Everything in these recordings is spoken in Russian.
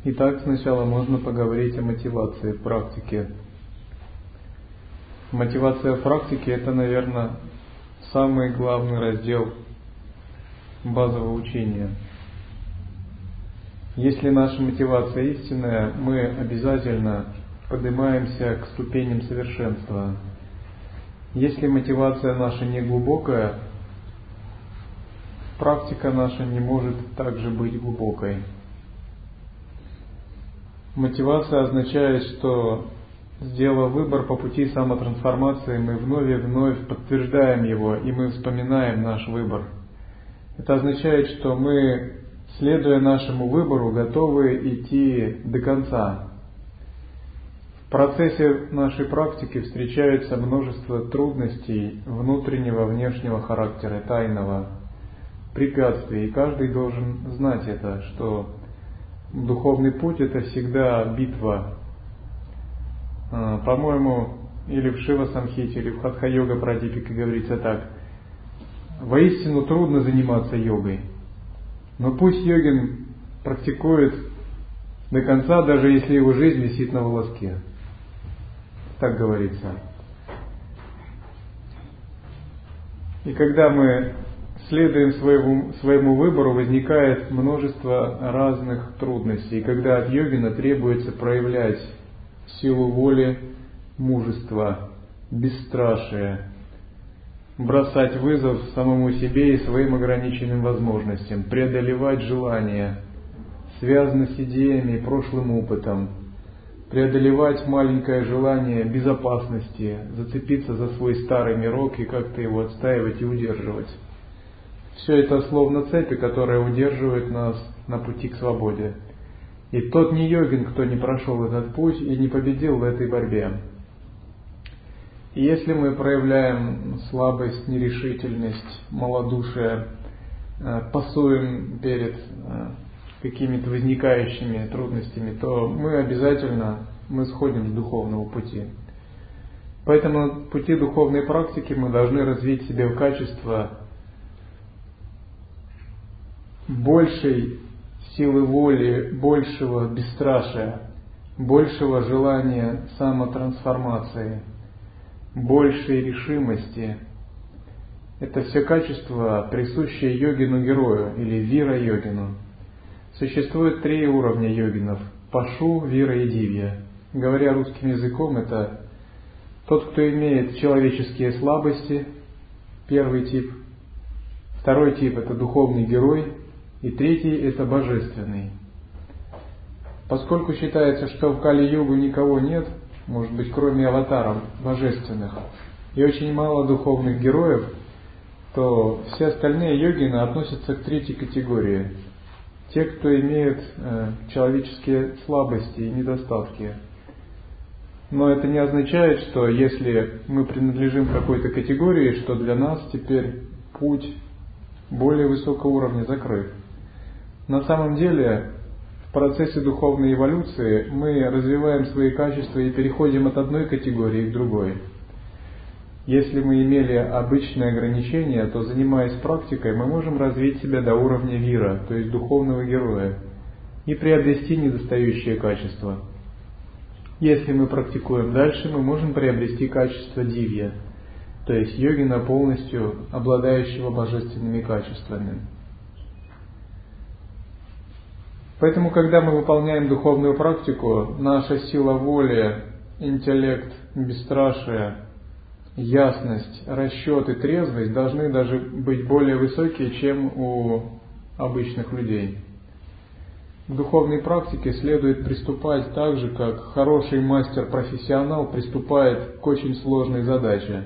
Итак, сначала можно поговорить о мотивации в практике. Мотивация в практике – это, наверное, самый главный раздел базового учения. Если наша мотивация истинная, мы обязательно поднимаемся к ступеням совершенства. Если мотивация наша не глубокая, практика наша не может также быть глубокой. Мотивация означает, что, сделав выбор по пути самотрансформации, мы вновь и вновь подтверждаем его, и мы вспоминаем наш выбор. Это означает, что мы, следуя нашему выбору, готовы идти до конца. В процессе нашей практики встречается множество трудностей внутреннего, внешнего характера, тайного, препятствий. И каждый должен знать это, что духовный путь – это всегда битва. По-моему, или в Шива-самхите, или в Хатха-йога-прадипике говорится так: воистину трудно заниматься йогой, но пусть йогин практикует до конца, даже если его жизнь висит на волоске. Так говорится. И когда мы следуем своему выбору, возникает множество разных трудностей. И когда от йогина требуется проявлять силу воли, мужество, бесстрашие, бросать вызов самому себе и своим ограниченным возможностям, преодолевать желания, связанные с идеями и прошлым опытом, преодолевать маленькое желание безопасности, зацепиться за свой старый мирок и как-то его отстаивать и удерживать. Все это словно цепи, которые удерживают нас на пути к свободе. И тот не йогин, кто не прошел этот путь и не победил в этой борьбе. И если мы проявляем слабость, нерешительность, малодушие, пасуем перед какими-то возникающими трудностями, то мы обязательно сходим с духовного пути. Поэтому на пути духовной практики мы должны развить в себе качество большей силы воли, большего бесстрашия, большего желания самотрансформации, большей решимости. Это все качества, присущие йогину-герою или вира-йогину. Существует 3 уровня йогинов – пашу, вира и дивья. Говоря русским языком, это тот, кто имеет человеческие слабости, первый тип. Второй тип – это духовный герой. И третий – это божественный. Поскольку считается, что в Кали-югу никого нет, может быть, кроме аватаров божественных, и очень мало духовных героев, то все остальные йогины относятся к 3-й категории. Те, кто имеют человеческие слабости и недостатки. Но это не означает, что если мы принадлежим какой-то категории, что для нас теперь путь более высокого уровня закрыт. На самом деле, в процессе духовной эволюции мы развиваем свои качества и переходим от одной категории к другой. Если мы имели обычные ограничения, то, занимаясь практикой, мы можем развить себя до уровня вира, то есть духовного героя, и приобрести недостающие качества. Если мы практикуем дальше, мы можем приобрести качество дивья, то есть йогина, полностью обладающего божественными качествами. Поэтому, когда мы выполняем духовную практику, наша сила воли, интеллект, бесстрашие, ясность, расчет и трезвость должны даже быть более высокие, чем у обычных людей. В духовной практике следует приступать так же, как хороший мастер-профессионал приступает к очень сложной задаче.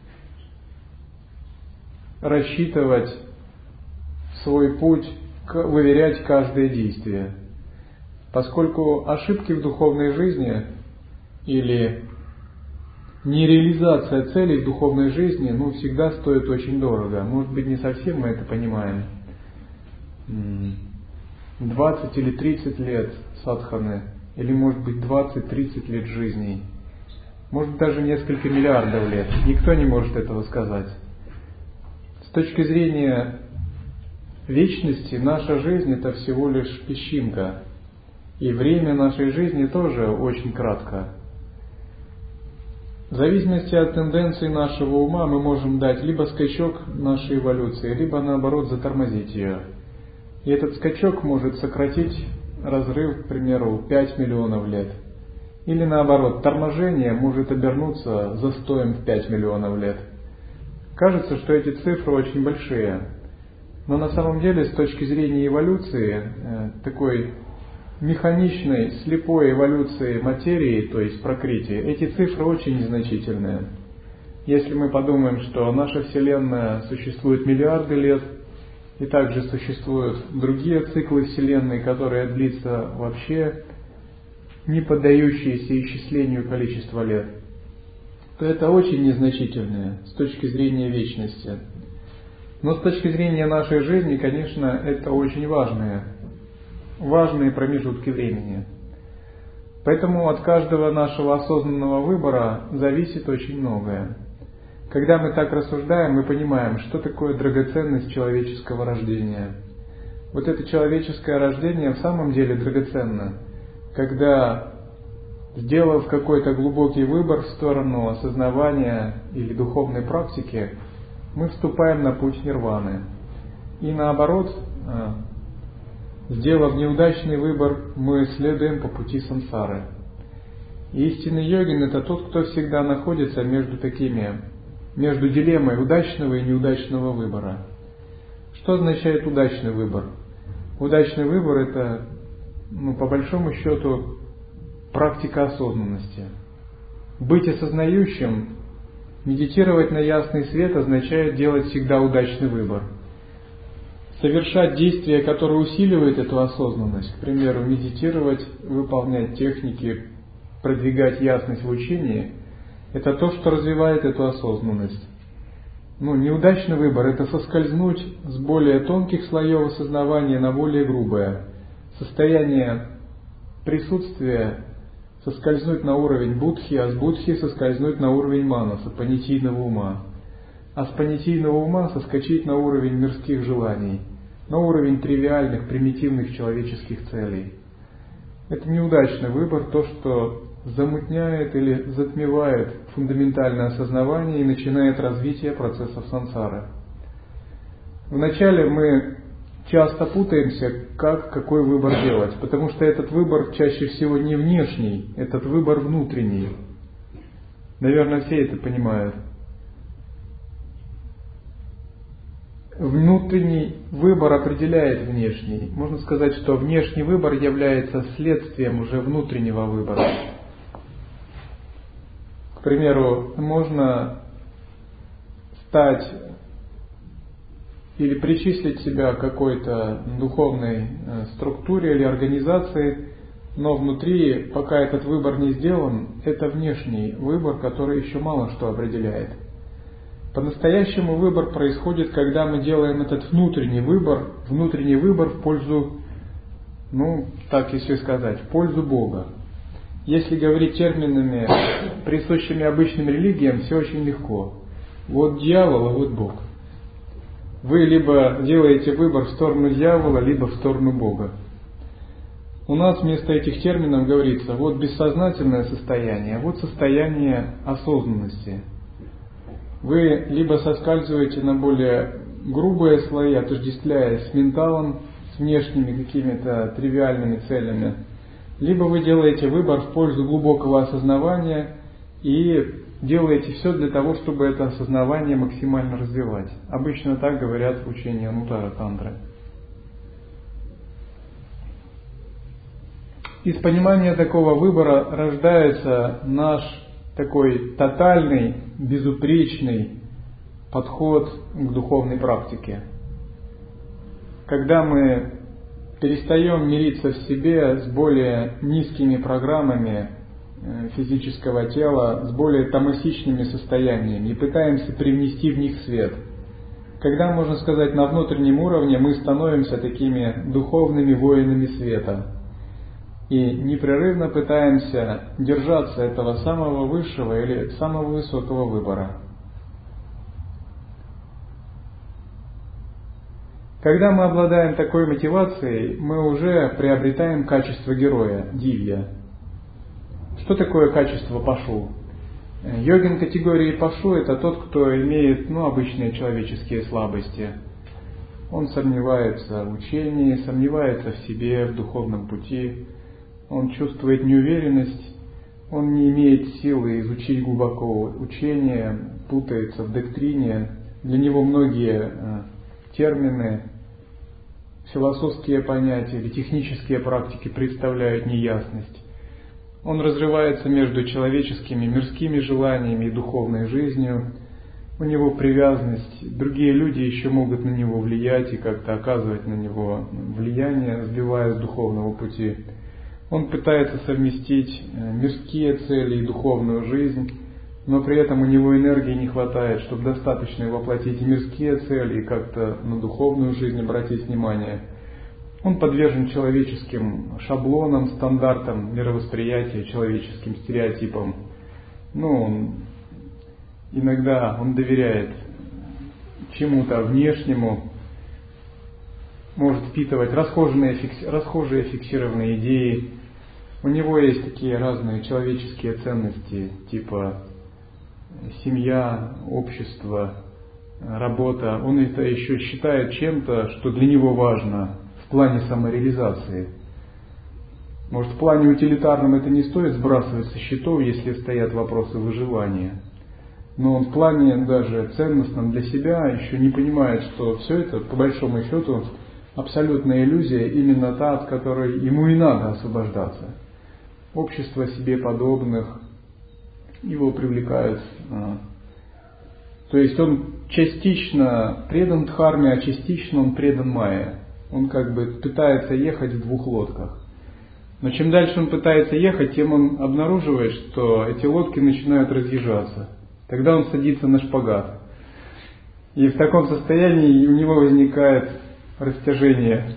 Рассчитывать свой путь, выверять каждое действие. Поскольку ошибки в духовной жизни или нереализация целей в духовной жизни всегда стоит очень дорого. Может быть, не совсем мы это понимаем. 20 или 30 лет садханы, или может быть 20-30 лет жизни. Может даже несколько миллиардов лет. Никто не может этого сказать. С точки зрения вечности, наша жизнь – это всего лишь песчинка. И время нашей жизни тоже очень кратко. В зависимости от тенденции нашего ума мы можем дать либо скачок нашей эволюции, либо наоборот затормозить ее. И этот скачок может сократить разрыв, к примеру, 5 миллионов лет. Или наоборот, торможение может обернуться застоем в 5 миллионов лет. Кажется, что эти цифры очень большие. Но на самом деле, с точки зрения эволюции, такой механичной, слепой эволюции материи, то есть пракрити, эти цифры очень незначительные. Если мы подумаем, что наша Вселенная существует миллиарды лет, и также существуют другие циклы Вселенной, которые длятся вообще не поддающиеся исчислению количества лет, то это очень незначительное с точки зрения вечности. Но с точки зрения нашей жизни, конечно, это очень важные промежутки времени. Поэтому от каждого нашего осознанного выбора зависит очень многое. Когда мы так рассуждаем, мы понимаем, что такое драгоценность человеческого рождения. Вот это человеческое рождение в самом деле драгоценно, когда, сделав какой-то глубокий выбор в сторону осознавания или духовной практики, мы вступаем на путь нирваны. И наоборот, сделав неудачный выбор, мы следуем по пути сансары. И истинный йогин — это тот, кто всегда находится между дилеммой удачного и неудачного выбора. Что означает удачный выбор? Удачный выбор — это, по большому счету, практика осознанности. Быть осознающим, медитировать на ясный свет означает делать всегда удачный выбор. Совершать действия, которые усиливают эту осознанность, к примеру, медитировать, выполнять техники, продвигать ясность в учении, это то, что развивает эту осознанность. Неудачный выбор — это соскользнуть с более тонких слоев осознавания на более грубое. Состояние присутствия соскользнуть на уровень будхи, а с будхи соскользнуть на уровень манаса, понятийного ума. А с понятийного ума соскочить на уровень мирских желаний, на уровень тривиальных, примитивных человеческих целей. Это неудачный выбор, то, что замутняет или затмевает фундаментальное осознавание и начинает развитие процессов сансары. Вначале мы часто путаемся, какой выбор делать, потому что этот выбор чаще всего не внешний, этот выбор внутренний. Наверное, все это понимают. Внутренний выбор определяет внешний. Можно сказать, что внешний выбор является следствием уже внутреннего выбора. К примеру, можно стать или причислить себя к какой-то духовной структуре или организации, но внутри, пока этот выбор не сделан, это внешний выбор, который еще мало что определяет. По-настоящему выбор происходит, когда мы делаем этот внутренний выбор в пользу, в пользу Бога. Если говорить терминами, присущими обычным религиям, все очень легко. Вот дьявол, а вот Бог. Вы либо делаете выбор в сторону дьявола, либо в сторону Бога. У нас вместо этих терминов говорится, вот бессознательное состояние, а вот состояние осознанности. Вы либо соскальзываете на более грубые слои, отождествляясь с менталом, с внешними какими-то тривиальными целями, либо вы делаете выбор в пользу глубокого осознавания и делаете все для того, чтобы это осознавание максимально развивать. Обычно так говорят в учении Анутара Тантры. Из понимания такого выбора рождается наш такой тотальный, безупречный подход к духовной практике. Когда мы перестаем мириться в себе с более низкими программами физического тела, с более тамасичными состояниями и пытаемся привнести в них свет. Когда, можно сказать, на внутреннем уровне мы становимся такими духовными воинами света и непрерывно пытаемся держаться этого самого высшего или самого высокого выбора. Когда мы обладаем такой мотивацией, мы уже приобретаем качество героя, дивья. Что такое качество пашу? Йогин категории пашу – это тот, кто имеет обычные человеческие слабости. Он сомневается в учении, сомневается в себе, в духовном пути. Он чувствует неуверенность, он не имеет силы изучить глубоко учение, путается в доктрине. Для него многие термины, философские понятия или технические практики представляют неясность. Он разрывается между человеческими, мирскими желаниями и духовной жизнью. У него привязанность, другие люди еще могут на него влиять и как-то оказывать на него влияние, сбивая с духовного пути. Он пытается совместить мирские цели и духовную жизнь, но при этом у него энергии не хватает, чтобы достаточно воплотить и мирские цели, и как-то на духовную жизнь обратить внимание. Он подвержен человеческим шаблонам, стандартам мировосприятия, человеческим стереотипам. Иногда он доверяет чему-то внешнему, может впитывать расхожие фиксированные идеи. У него есть такие разные человеческие ценности, типа семья, общество, работа. Он это еще считает чем-то, что для него важно в плане самореализации. Может, в плане утилитарном это не стоит сбрасывать со счетов, если стоят вопросы выживания. Но он в плане даже ценностном для себя еще не понимает, что все это, по большому счету, абсолютная иллюзия, именно та, от которой ему и надо освобождаться. Общество себе подобных его привлекает. То есть он частично предан дхарме, а частично он предан майе. Он как бы пытается ехать в двух лодках. Но чем дальше он пытается ехать, тем он обнаруживает, что эти лодки начинают разъезжаться. Тогда он садится на шпагат. И в таком состоянии у него возникает растяжение.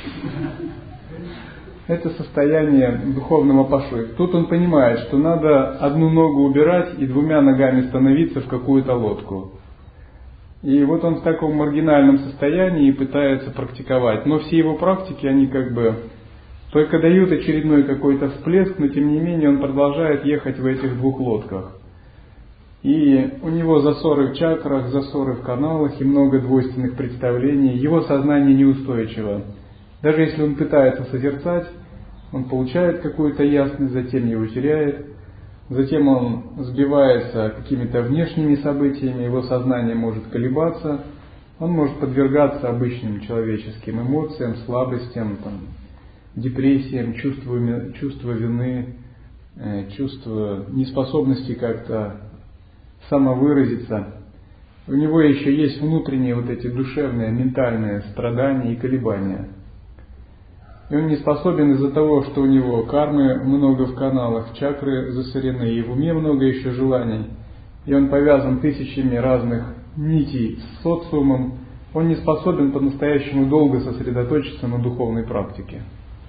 Это состояние духовного пашу. Тут он понимает, что надо одну ногу убирать и двумя ногами становиться в какую-то лодку. И вот он в таком маргинальном состоянии пытается практиковать. Но все его практики, они как бы только дают очередной какой-то всплеск, но тем не менее он продолжает ехать в этих двух лодках. И у него засоры в чакрах, засоры в каналах и много двойственных представлений. Его сознание неустойчиво. Даже если он пытается созерцать, он получает какую-то ясность, затем его теряет. Затем он сбивается какими-то внешними событиями, его сознание может колебаться. Он может подвергаться обычным человеческим эмоциям, слабостям, депрессиям, чувству вины, чувству неспособности как-то самовыразиться. У него еще есть внутренние вот эти душевные, ментальные страдания и колебания. И он не способен из-за того, что у него кармы много в каналах, чакры засорены, и в уме много еще желаний, и он повязан тысячами разных нитей с социумом, он не способен по-настоящему долго сосредоточиться на духовной практике.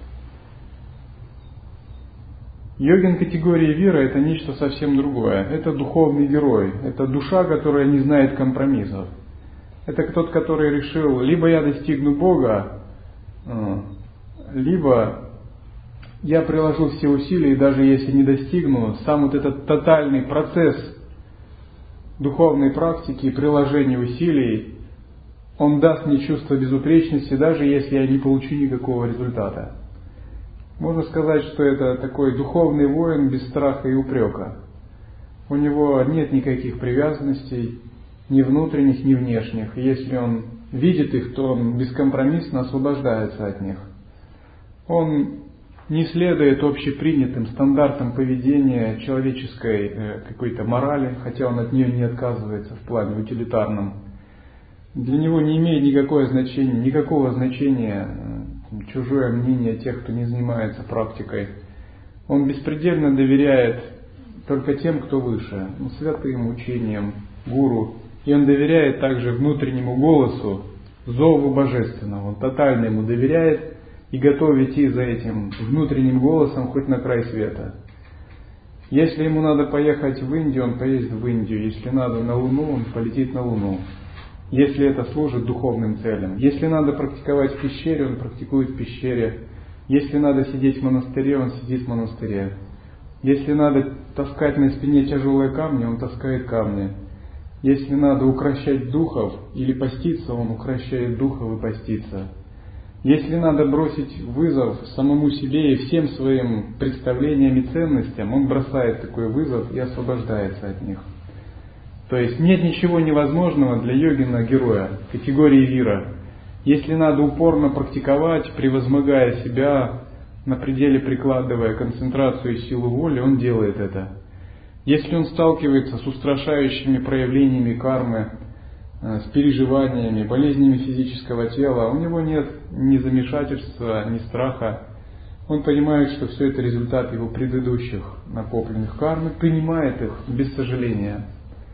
Йогин категории вира – это нечто совсем другое. Это духовный герой, это душа, которая не знает компромиссов. Это тот, который решил, либо я достигну Бога, либо я приложу все усилия, и даже если не достигну, сам вот этот тотальный процесс духовной практики и приложения усилий, он даст мне чувство безупречности, даже если я не получу никакого результата. Можно сказать, что это такой духовный воин без страха и упрека. У него нет никаких привязанностей, ни внутренних, ни внешних. И если он видит их, то он бескомпромиссно освобождается от них. Он не следует общепринятым стандартам поведения человеческой какой-то морали, хотя он от нее не отказывается в плане утилитарном. Для него не имеет никакого значения чужое мнение тех, кто не занимается практикой. Он беспредельно доверяет только тем, кто выше, святым учениям, гуру. И он доверяет также внутреннему голосу, зову божественного. Он тотально ему доверяет и готов идти за этим внутренним голосом хоть на край света. Если ему надо поехать в Индию, он поедет в Индию. Если надо на Луну, он полетит на Луну. если это служит духовным целям. Если надо практиковать в пещере, он практикует в пещере. Если надо сидеть в монастыре, он сидит в монастыре. Если надо таскать на спине тяжелые камни, он таскает камни. Если надо укрощать духов или поститься, он укрощает духов и постится. Если надо бросить вызов самому себе и всем своим представлениям и ценностям, он бросает такой вызов и освобождается от них. То есть нет ничего невозможного для йогина-героя, категории вира. Если надо упорно практиковать, превозмогая себя, на пределе прикладывая концентрацию и силу воли, он делает это. Если он сталкивается с устрашающими проявлениями кармы, с переживаниями, болезнями физического тела, у него нет ни замешательства, ни страха. Он понимает, что все это результат его предыдущих накопленных карм, и принимает их без сожаления.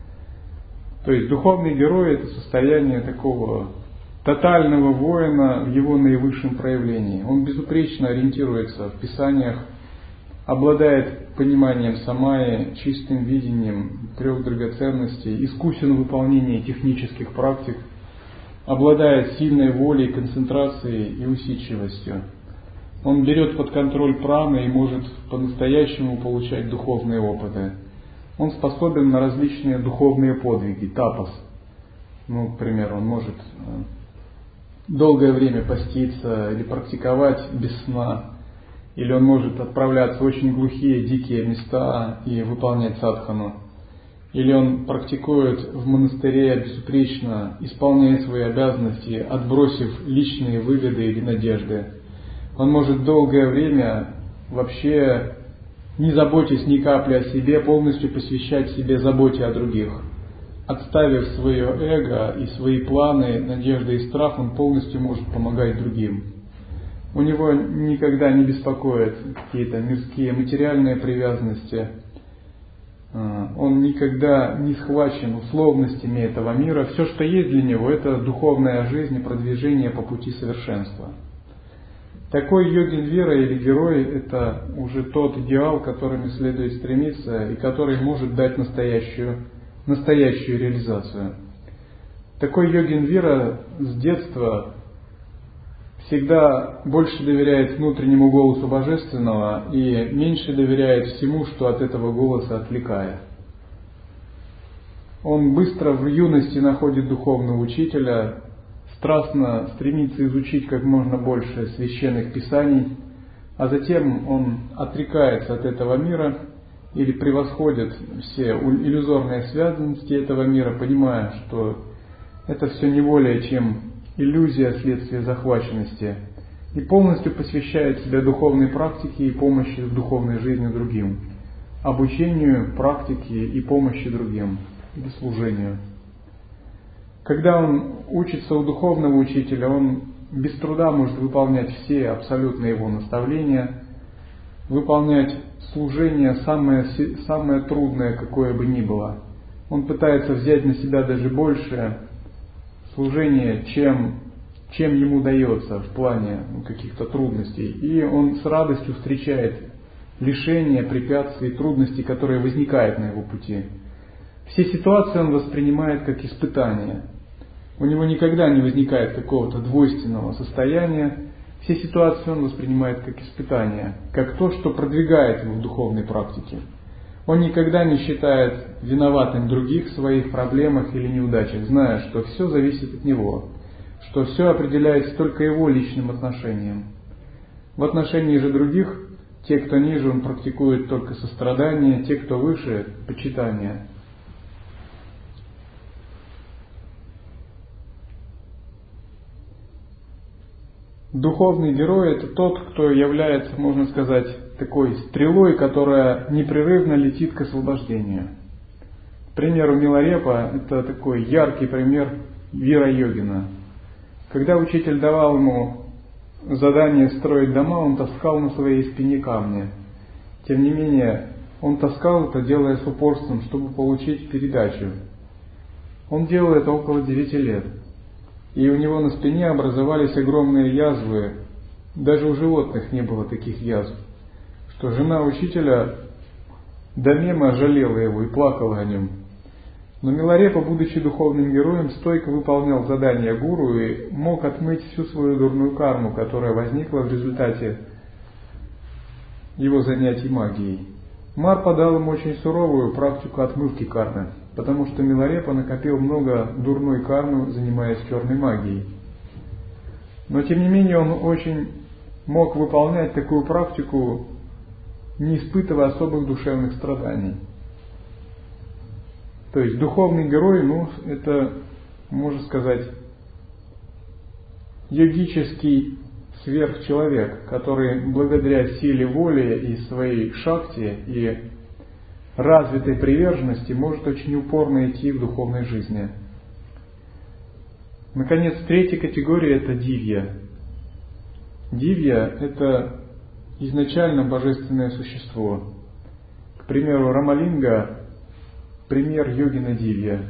То есть духовный герой – это состояние такого тотального воина в его наивысшем проявлении. Он безупречно ориентируется в писаниях, обладает пониманием самайи, чистым видением трех драгоценностей, искусен в выполнении технических практик, обладает сильной волей, концентрацией и усидчивостью. Он берет под контроль праны и может по-настоящему получать духовные опыты. Он способен на различные духовные подвиги, тапас. К примеру, он может долгое время поститься или практиковать без сна, или он может отправляться в очень глухие, дикие места и выполнять садхану, или он практикует в монастыре безупречно, исполняя свои обязанности, отбросив личные выгоды или надежды. Он может долгое время вообще, не заботясь ни капли о себе, полностью посвящать себе заботе о других. Отставив свое эго и свои планы, надежды и страх, он полностью может помогать другим. У него никогда не беспокоят какие-то мирские материальные привязанности. Он никогда не схвачен условностями этого мира. Все, что есть для него, это духовная жизнь и продвижение по пути совершенства. Такой йогин-вера или герой – это уже тот идеал, к которому следует стремиться и который может дать настоящую реализацию. Такой йогин-вера с детства всегда больше доверяет внутреннему голосу Божественного и меньше доверяет всему, что от этого голоса отвлекает. Он быстро в юности находит духовного учителя, страстно стремится изучить как можно больше священных писаний, а затем он отрекается от этого мира или превосходит все иллюзорные связанности этого мира, понимая, что это все не более чем иллюзия следствия захваченности, и полностью посвящает себя духовной практике и помощи в духовной жизни другим, обучению, практике и помощи другим, или служению. Когда он учится у духовного учителя, он без труда может выполнять все абсолютно его наставления, выполнять служение самое трудное, какое бы ни было. Он пытается взять на себя даже больше служения, чем ему дается в плане каких-то трудностей. И он с радостью встречает лишения, препятствия, трудности, которые возникают на его пути. Все ситуации он воспринимает как испытания. У него никогда не возникает какого-то двойственного состояния. Все ситуации он воспринимает как испытания, как то, что продвигает его в духовной практике. Он никогда не считает виноватым других в своих проблемах или неудачах, зная, что все зависит от него, что все определяется только его личным отношением. В отношении же других, те, кто ниже, он практикует только сострадание, те, кто выше, почитание. Духовный герой – это тот, кто является, можно сказать, такой стрелой, которая непрерывно летит к освобождению. К примеру, Миларепа – это такой яркий пример вира-йогина. Когда учитель давал ему задание строить дома, он таскал на своей спине камни. Тем не менее, он таскал это, делая с упорством, чтобы получить передачу. Он делал это около 9 лет. И у него на спине образовались огромные язвы. Даже у животных не было таких язв. Что жена учителя Дамема жалела его и плакала о нем. Но Миларепа, будучи духовным героем, стойко выполнял задания гуру и мог отмыть всю свою дурную карму, которая возникла в результате его занятий магией. Мар подал ему очень суровую практику отмывки кармы, потому что Миларепа накопил много дурной кармы, занимаясь черной магией. Но тем не менее он очень мог выполнять такую практику, не испытывая особых душевных страданий. То есть духовный герой, это, можно сказать, йогический сверхчеловек, который благодаря силе воли и своей шакти и развитой приверженности может очень упорно идти в духовной жизни. Наконец, третья категория – это дивья. Дивья – это изначально божественное существо. К примеру, Рамалинга – пример йогина дивья.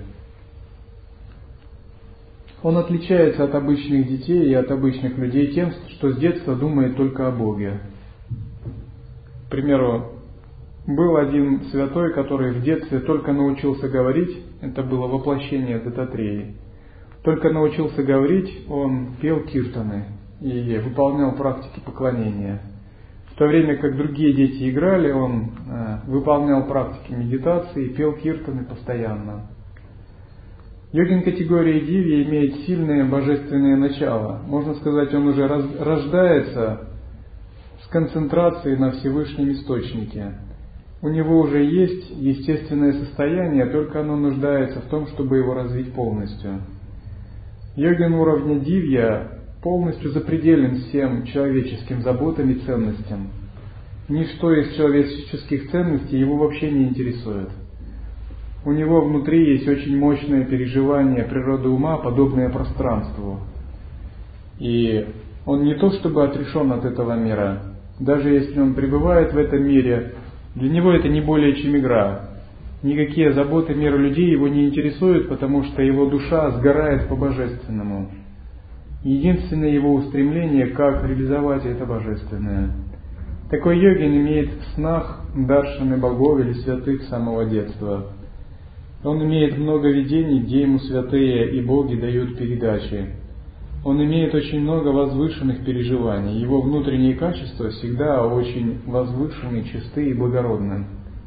Он отличается от обычных детей и от обычных людей тем, что с детства думает только о Боге. К примеру, был один святой, который в детстве только научился говорить, это было воплощение Дататреи. Только научился говорить, он пел киртаны и выполнял практики поклонения. В то время как другие дети играли, он выполнял практики медитации и пел киртаны постоянно. Йогин категории дивья имеет сильное божественное начало. Можно сказать, он уже рождается с концентрацией на Всевышнем Источнике. У него уже есть естественное состояние, только оно нуждается в том, чтобы его развить полностью. Йогин уровня дивья полностью запределен всем человеческим заботам и ценностям. Ничто из человеческих ценностей его вообще не интересует. У него внутри есть очень мощное переживание природы ума, подобное пространству. И он не то чтобы отрешен от этого мира, даже если он пребывает в этом мире, для него это не более чем игра. Никакие заботы мира людей его не интересуют, потому что его душа сгорает по божественному. Единственное его устремление, как реализовать это божественное. Такой йогин имеет в снах даршаны богов или святых с самого детства. Он имеет много видений, где ему святые и боги дают передачи. Он имеет очень много возвышенных переживаний. Его внутренние качества всегда очень возвышены, чисты и благородны.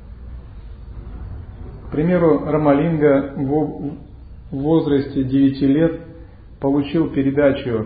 К примеру, Рамалинга в возрасте 9 лет получил передачу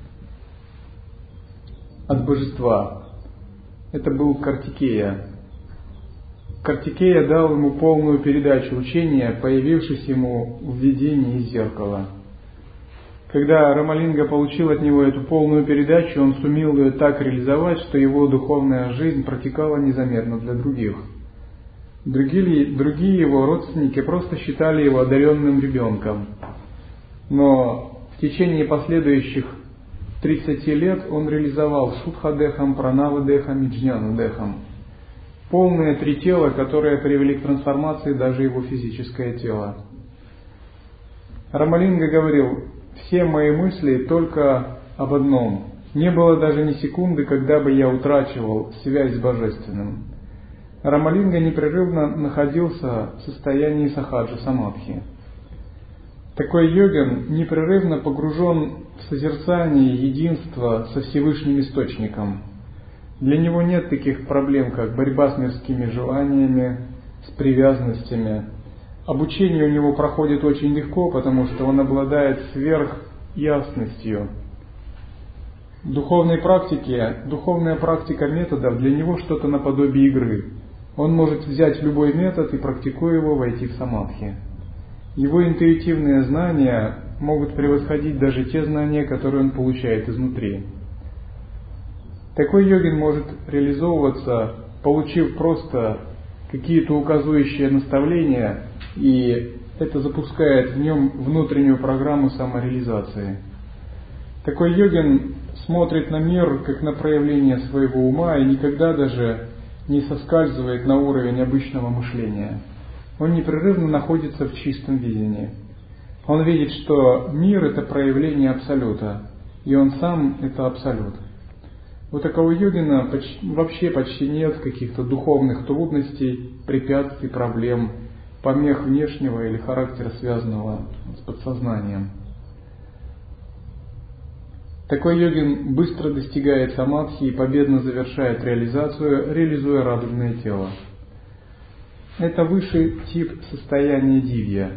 от божества. Это был Картикея. Картикея дал ему полную передачу учения, появившись ему в видении из зеркала. Когда Рамалинга получил от него эту полную передачу, он сумел ее так реализовать, что его духовная жизнь протекала незаметно для других. Другие его родственники просто считали его одаренным ребенком. Но в течение последующих 30 лет он реализовал Шудха-дехам, Пранава-дехам и Джняна-дехам. Полные 3 тела, которые привели к трансформации даже его физическое тело. Рамалинга говорил: «Все мои мысли только об одном. Не было даже ни секунды, когда бы я утрачивал связь с Божественным». Рамалинга непрерывно находился в состоянии сахаджа самадхи. Такой йогин непрерывно погружен в созерцание единства со Всевышним Источником. Для него нет таких проблем, как борьба с мирскими желаниями, с привязанностями. Обучение у него проходит очень легко, потому что он обладает сверхясностью. Духовная практика методов для него что-то наподобие игры. Он может взять любой метод и, практикуя его, войти в самадхи. Его интуитивные знания могут превосходить даже те знания, которые он получает изнутри. Такой йогин может реализовываться, получив просто какие-то указывающие наставления, и это запускает в нем внутреннюю программу самореализации. Такой йогин смотрит на мир как на проявление своего ума и никогда даже не соскальзывает на уровень обычного мышления. Он непрерывно находится в чистом видении. Он видит, что мир – это проявление Абсолюта, и он сам – это Абсолют. У такого йогина вообще почти нет каких-то духовных трудностей, препятствий, проблем, помех внешнего или характера, связанного с подсознанием. Такой йогин быстро достигает самадхи и победно завершает реализацию, реализуя радужное тело. Это высший тип состояния дивья.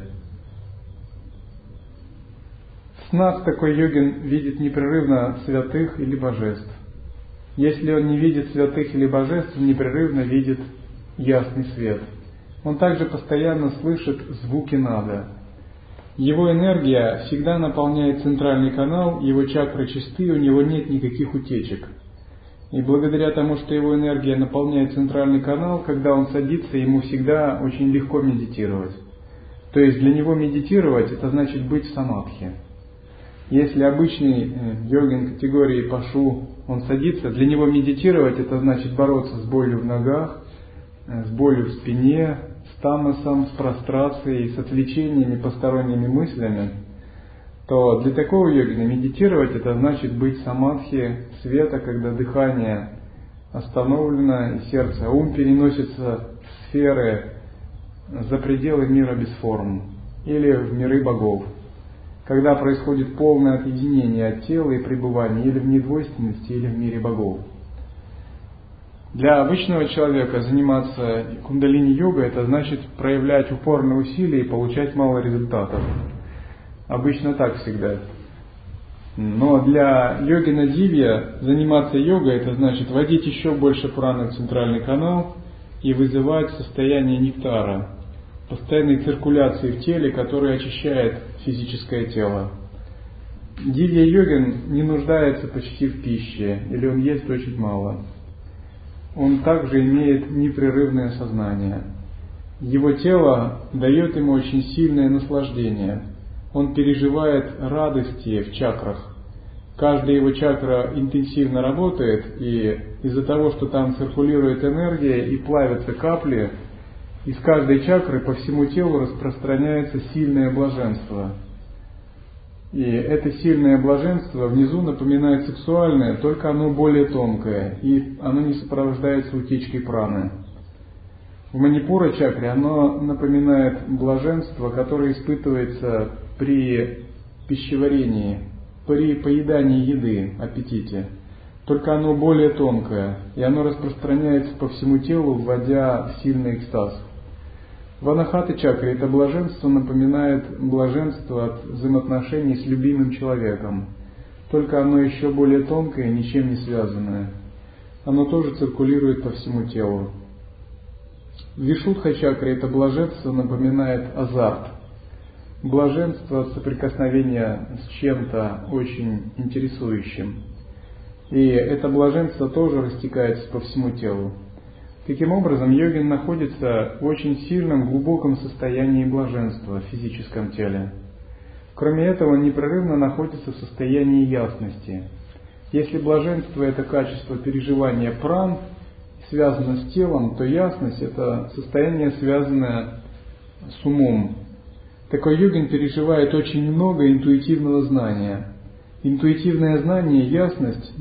В снах такой йогин видит непрерывно святых или божеств. Если он не видит святых или божеств, он непрерывно видит ясный свет. Он также постоянно слышит звуки нада. Его энергия всегда наполняет центральный канал, его чакры чисты, у него нет никаких утечек. И благодаря тому, что его энергия наполняет центральный канал, когда он садится, ему всегда очень легко медитировать. То есть для него медитировать — это значит быть в самадхи. Если обычный йогин категории пашу, он садится, для него медитировать — это значит бороться с болью в ногах, с болью в спине, с тамасом, с прострацией, с отвлечениями, посторонними мыслями, то для такого йогина медитировать — это значит быть в самадхи света, когда дыхание остановлено и сердце, ум переносится в сферы за пределы мира без форм или в миры богов, когда происходит полное отъединение от тела и пребывания или в недвойственности, или в мире богов. Для обычного человека заниматься кундалини-йогой — это значит проявлять упорные усилия и получать мало результатов. Обычно так всегда. Но для йогина дивья заниматься йогой — это значит вводить еще больше праны в центральный канал и вызывать состояние нектара, постоянной циркуляции в теле, которая очищает физическое тело. Дивья-йогин не нуждается почти в пище, или он ест очень мало. Он также имеет непрерывное сознание. Его тело дает ему очень сильное наслаждение. Он переживает радости в чакрах. Каждая его чакра интенсивно работает, и из-за того, что там циркулирует энергия и плавятся капли, из каждой чакры по всему телу распространяется сильное блаженство. И это сильное блаженство внизу напоминает сексуальное, только оно более тонкое, и оно не сопровождается утечкой праны. В манипура чакре оно напоминает блаженство, которое испытывается при пищеварении, при поедании еды, аппетите. Только оно более тонкое, и оно распространяется по всему телу, вводя в сильный экстаз. В анахата чакре это блаженство напоминает блаженство от взаимоотношений с любимым человеком. Только оно еще более тонкое, ничем не связанное. Оно тоже циркулирует по всему телу. В вишудха чакре это блаженство напоминает азарт. Блаженство от соприкосновения с чем-то очень интересующим. И это блаженство тоже растекается по всему телу. Таким образом, йогин находится в очень сильном, глубоком состоянии блаженства в физическом теле. Кроме этого, он непрерывно находится в состоянии ясности. Если блаженство — это качество переживания пран, связано с телом, то ясность — это состояние, связанное с умом. Такой йогин переживает очень много интуитивного знания. Интуитивное знание, ясность,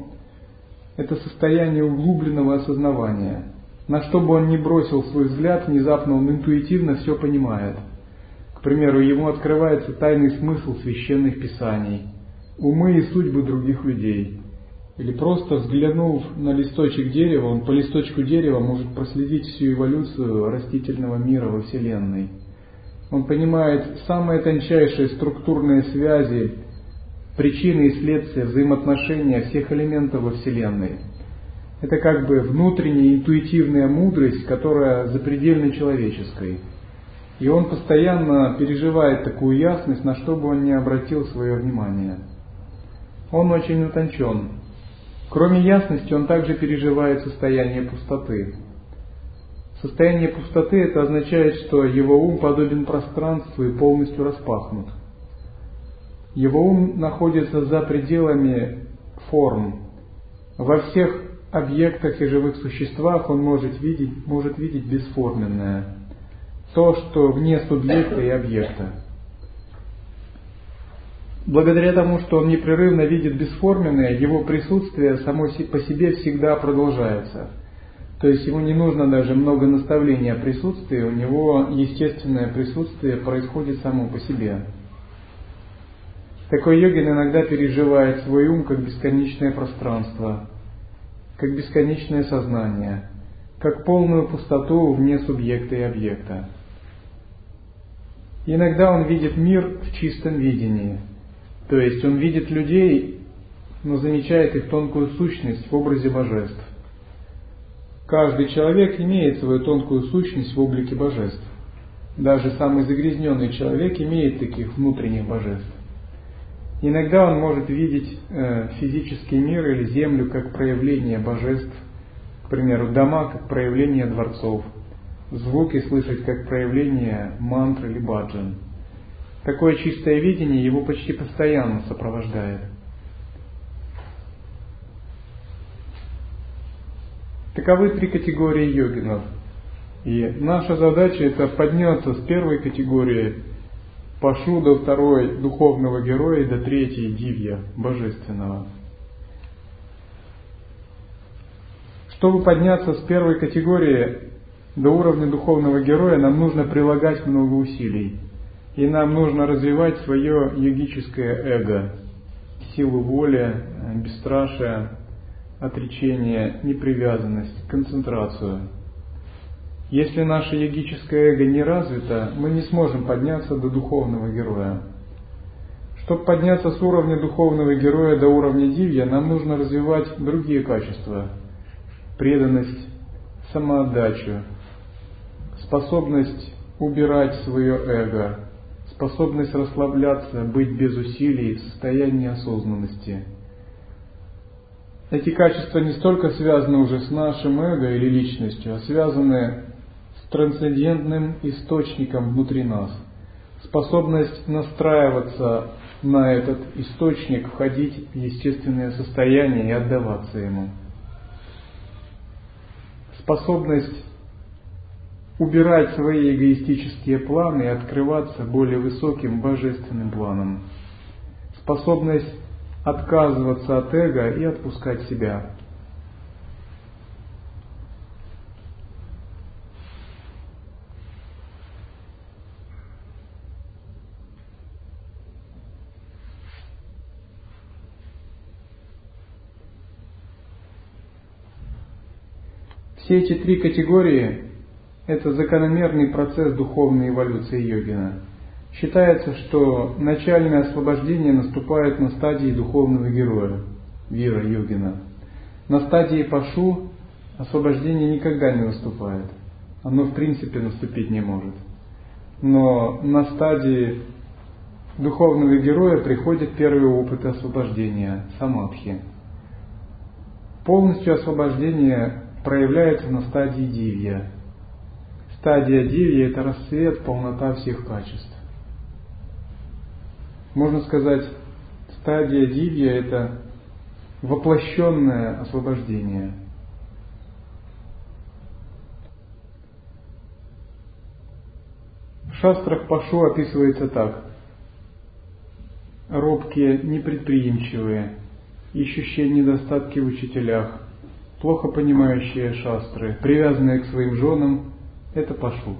это состояние углубленного осознавания. На что бы он ни бросил свой взгляд, внезапно он интуитивно все понимает. К примеру, ему открывается тайный смысл священных писаний, умы и судьбы других людей. Или просто взглянув на листочек дерева, он по листочку дерева может проследить всю эволюцию растительного мира во Вселенной. Он понимает самые тончайшие структурные связи, причины и следствия, взаимоотношения всех элементов во Вселенной. Это как бы внутренняя интуитивная мудрость, которая запредельно человеческой. И он постоянно переживает такую ясность, на что бы он ни обратил свое внимание. Он очень утончен. Кроме ясности, он также переживает состояние пустоты. Состояние пустоты — это означает, что его ум подобен пространству и полностью распахнут. Его ум находится за пределами форм. Во всех объектах и живых существах он может видеть бесформенное. То, что вне субъекта и объекта. Благодаря тому, что он непрерывно видит бесформенное, его присутствие само по себе всегда продолжается. То есть ему не нужно даже много наставлений о присутствии, у него естественное присутствие происходит само по себе. Такой йогин иногда переживает свой ум как бесконечное пространство, как бесконечное сознание, как полную пустоту вне субъекта и объекта. Иногда он видит мир в чистом видении, то есть он видит людей, но замечает их тонкую сущность в образе божеств. Каждый человек имеет свою тонкую сущность в облике божеств. Даже самый загрязненный человек имеет таких внутренних божеств. Иногда он может видеть физический мир или землю как проявление божеств, к примеру, дома как проявление дворцов, звуки слышать как проявление мантр или баджан. Такое чистое видение его почти постоянно сопровождает. Таковы три категории йогинов. И наша задача это подняться с первой категории Пашу до второй духовного героя и до третьей дивья, божественного. Чтобы подняться с первой категории до уровня духовного героя, нам нужно прилагать много усилий. И нам нужно развивать свое йогическое эго, силу воли, бесстрашие, отречение, непривязанность, концентрацию. Если наше йогическое эго не развито, мы не сможем подняться до духовного героя. Чтобы подняться с уровня духовного героя до уровня дивья, нам нужно развивать другие качества. Преданность, самоотдачу, способность убирать свое эго, способность расслабляться, быть без усилий в состоянии осознанности. Эти качества не столько связаны уже с нашим эго или личностью, а связаны с трансцендентным источником внутри нас. Способность настраиваться на этот источник, входить в естественное состояние и отдаваться ему. Способность убирать свои эгоистические планы и открываться более высоким божественным планам. Способность отказываться от эго и отпускать себя. Все эти три категории – это закономерный процесс духовной эволюции йогина. Считается, что начальное освобождение наступает на стадии духовного героя, вира йогина. На стадии пашу освобождение никогда не наступает. Оно в принципе наступить не может. Но на стадии духовного героя приходит первый опыт освобождения, самадхи. Полностью освобождение проявляется на стадии дивья. Стадия дивья – это рассвет, полнота всех качеств. Можно сказать, стадия дивья – это воплощенное освобождение. В шастрах пашу описывается так: робкие, непредприимчивые, ищущие недостатки в учителях, плохо понимающие шастры, привязанные к своим женам – это пашу.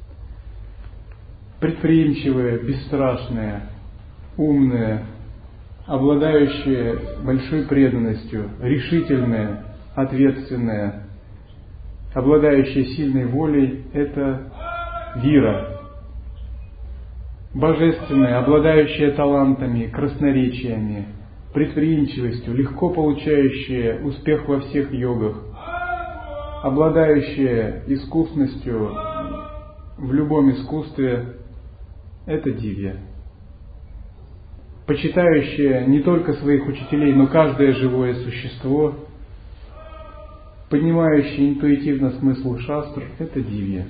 Предприимчивые, бесстрашные, умные, обладающие большой преданностью, решительные, ответственные, обладающие сильной волей – это вира. Божественные, обладающие талантами, красноречиями, предприимчивостью, легко получающие успех во всех йогах, обладающие искусностью в любом искусстве – это дивья. Почитающие не только своих учителей, но каждое живое существо, понимающие интуитивно смысл шастр – это дивья.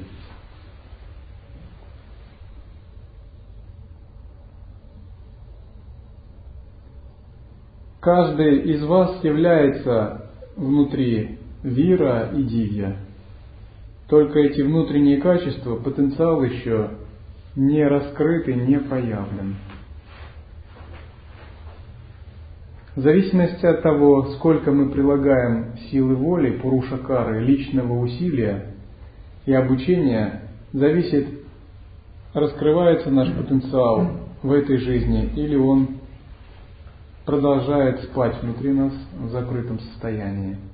Каждый из вас является внутри вира и дивья. Только эти внутренние качества, потенциал еще не раскрыт и не проявлен. В зависимости от того, сколько мы прилагаем силы воли, пуруша-кары, личного усилия и обучения, зависит, раскрывается наш потенциал в этой жизни или он продолжает спать внутри нас в закрытом состоянии.